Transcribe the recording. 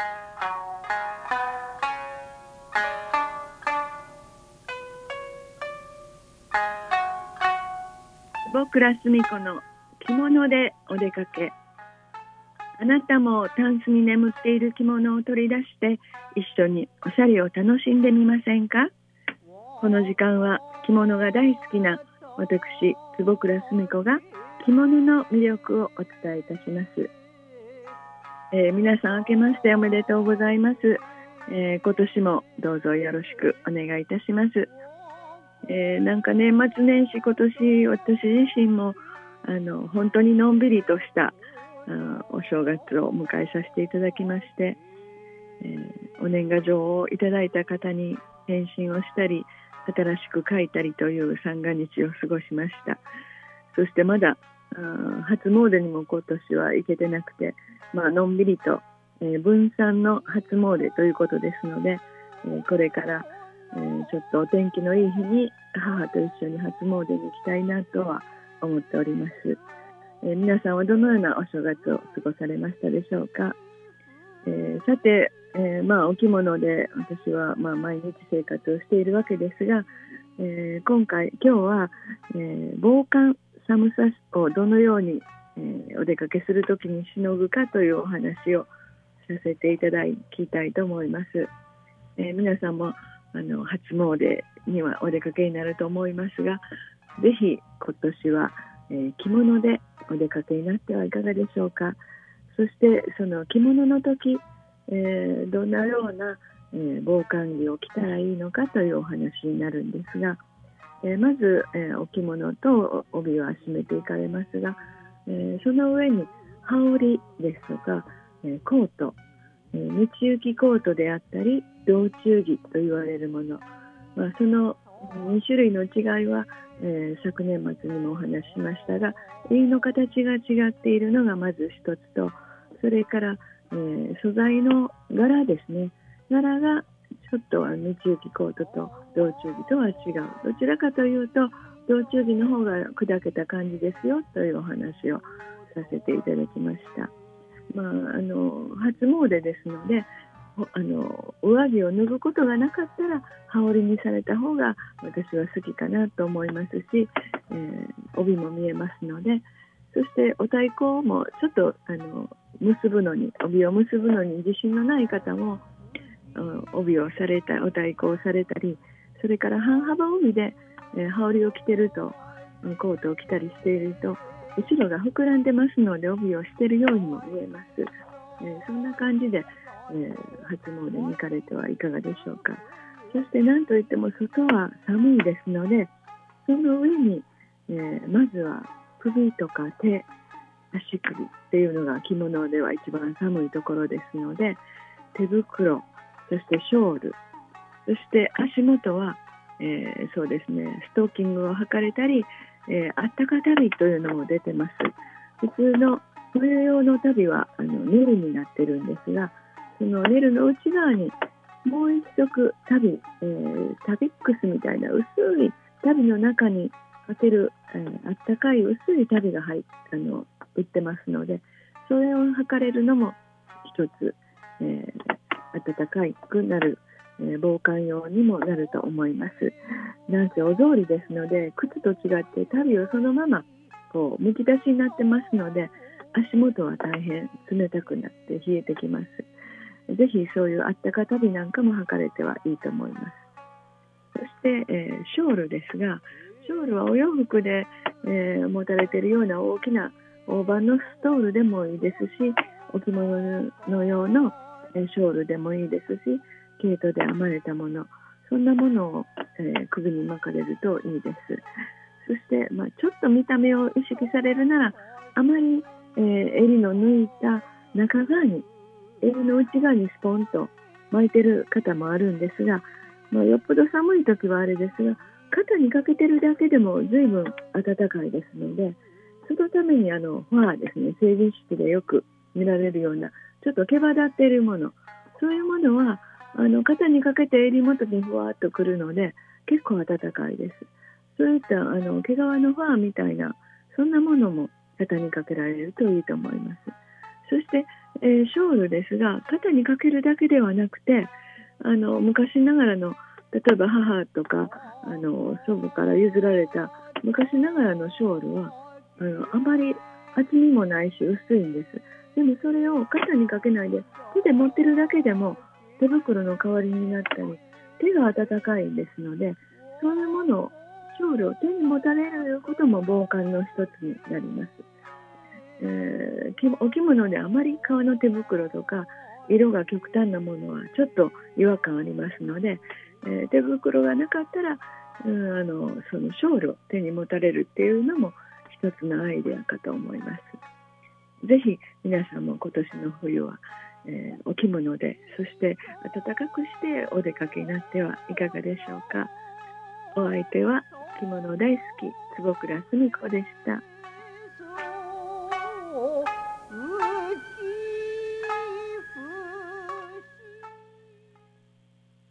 坪倉澄子の着物でお出かけ。あなたもタンスに眠っている着物を取り出して一緒におしゃれを楽しんでみませんか。この時間は着物が大好きな私坪倉澄子が着物の魅力をお伝えいたします。皆さん明けましておめでとうございます。今年もどうぞよろしくお願いいたします。なんか年末年始、今年私自身も本当にのんびりとしたお正月を迎えさせていただきまして、お年賀状をいただいた方に返信をしたり新しく書いたりという三が日を過ごしました。そしてまだ初詣にも今年は行けてなくて、のんびりと、分散の初詣ということですので、これからちょっとお天気のいい日に母と一緒に初詣に行きたいなとは思っております。皆さんはどのようなお正月を過ごされましたでしょうか。さて、お着物で私は毎日生活をしているわけですが、今日は、防寒寒さをどのように、お出かけするときにしのぐかというお話をさせていただきたいと思います。皆さんも初詣にはお出かけになると思いますが、ぜひ今年は、着物でお出かけになってはいかがでしょうか。そしてその着物の時、どんなような、防寒着を着たらいいのかというお話になるんですが、まず、お着物と帯は締めていかれますが、その上に羽織ですとか、コート、道行きコートであったり道中着と言われるもの、その2種類の違いは、昨年末にもお話ししましたが、襟の形が違っているのがまず一つと、それから、素材の柄ですね。柄がちょっと道行きコートと道中着とは違う。どちらかというと道中着の方が砕けた感じですよというお話をさせていただきました。初詣ですので、上着を脱ぐことがなかったら羽織にされた方が私は好きかなと思いますし、帯も見えますので、そしてお太鼓もちょっと帯を結ぶのに自信のない方も帯をされたお太鼓をされたり、それから半幅帯で、羽織を着てるとコートを着たりしていると後ろが膨らんでますので帯をしているようにも見えます。そんな感じで、初詣に行かれてはいかがでしょうか。そして何といっても外は寒いですので、その上に、まずは首とか手、足首っていうのが着物では一番寒いところですので、手袋、そしてショール、そして足元は、そうですね、ストッキングを履かれたり、あったか足袋というのも出てます。普通の冬用の足袋はネルになってるんですが、そのネルの内側にもう一色足袋、タビックスみたいな薄い足袋の中にかける、あったかい薄い足袋が売ってますので、それを履かれるのも一つ、暖かくなる、防寒用にもなると思います。なんせお草履ですので、靴と違って足袋をそのままこうむき出しになってますので、足元は大変冷たくなって冷えてきます。ぜひそういうあったか足袋なんかも履かれてはいいと思います。そして、ショールですが、ショールはお洋服で、持たれているような大きな大判のストールでもいいですし、お着物の用のショールでもいいですし、毛糸で編まれたもの、そんなものを、首に巻かれるといいです。そして、ちょっと見た目を意識されるなら、あまり、襟の抜いた中側に、襟の内側にスポンと巻いてる方もあるんですが、よっぽど寒い時はあれですが、肩にかけてるだけでも随分暖かいですので、そのためにファーですね、成人式でよく見られるようなちょっと毛羽立っているもの、そういうものは肩にかけて襟元にふわっとくるので結構暖かいです。そういった毛皮のファーみたいなそんなものも肩にかけられるといいと思います。そしてショールですが、肩にかけるだけではなくて、昔ながらの、例えば母とか祖母から譲られた昔ながらのショールはあまり厚みもないし薄いんです。でもそれを肩にかけないで手で持ってるだけでも手袋の代わりになったり、手が温かいですので、そういうものをショールを手に持たれることも防寒の一つになります。お着物であまり革の手袋とか色が極端なものはちょっと違和感ありますので、手袋がなかったら、そのショールを手に持たれるっていうのも一つのアイデアかと思います。ぜひ皆さんも今年の冬は、お着物で、そして暖かくしてお出かけになってはいかがでしょうか。お相手は着物大好き坪倉澄子でした。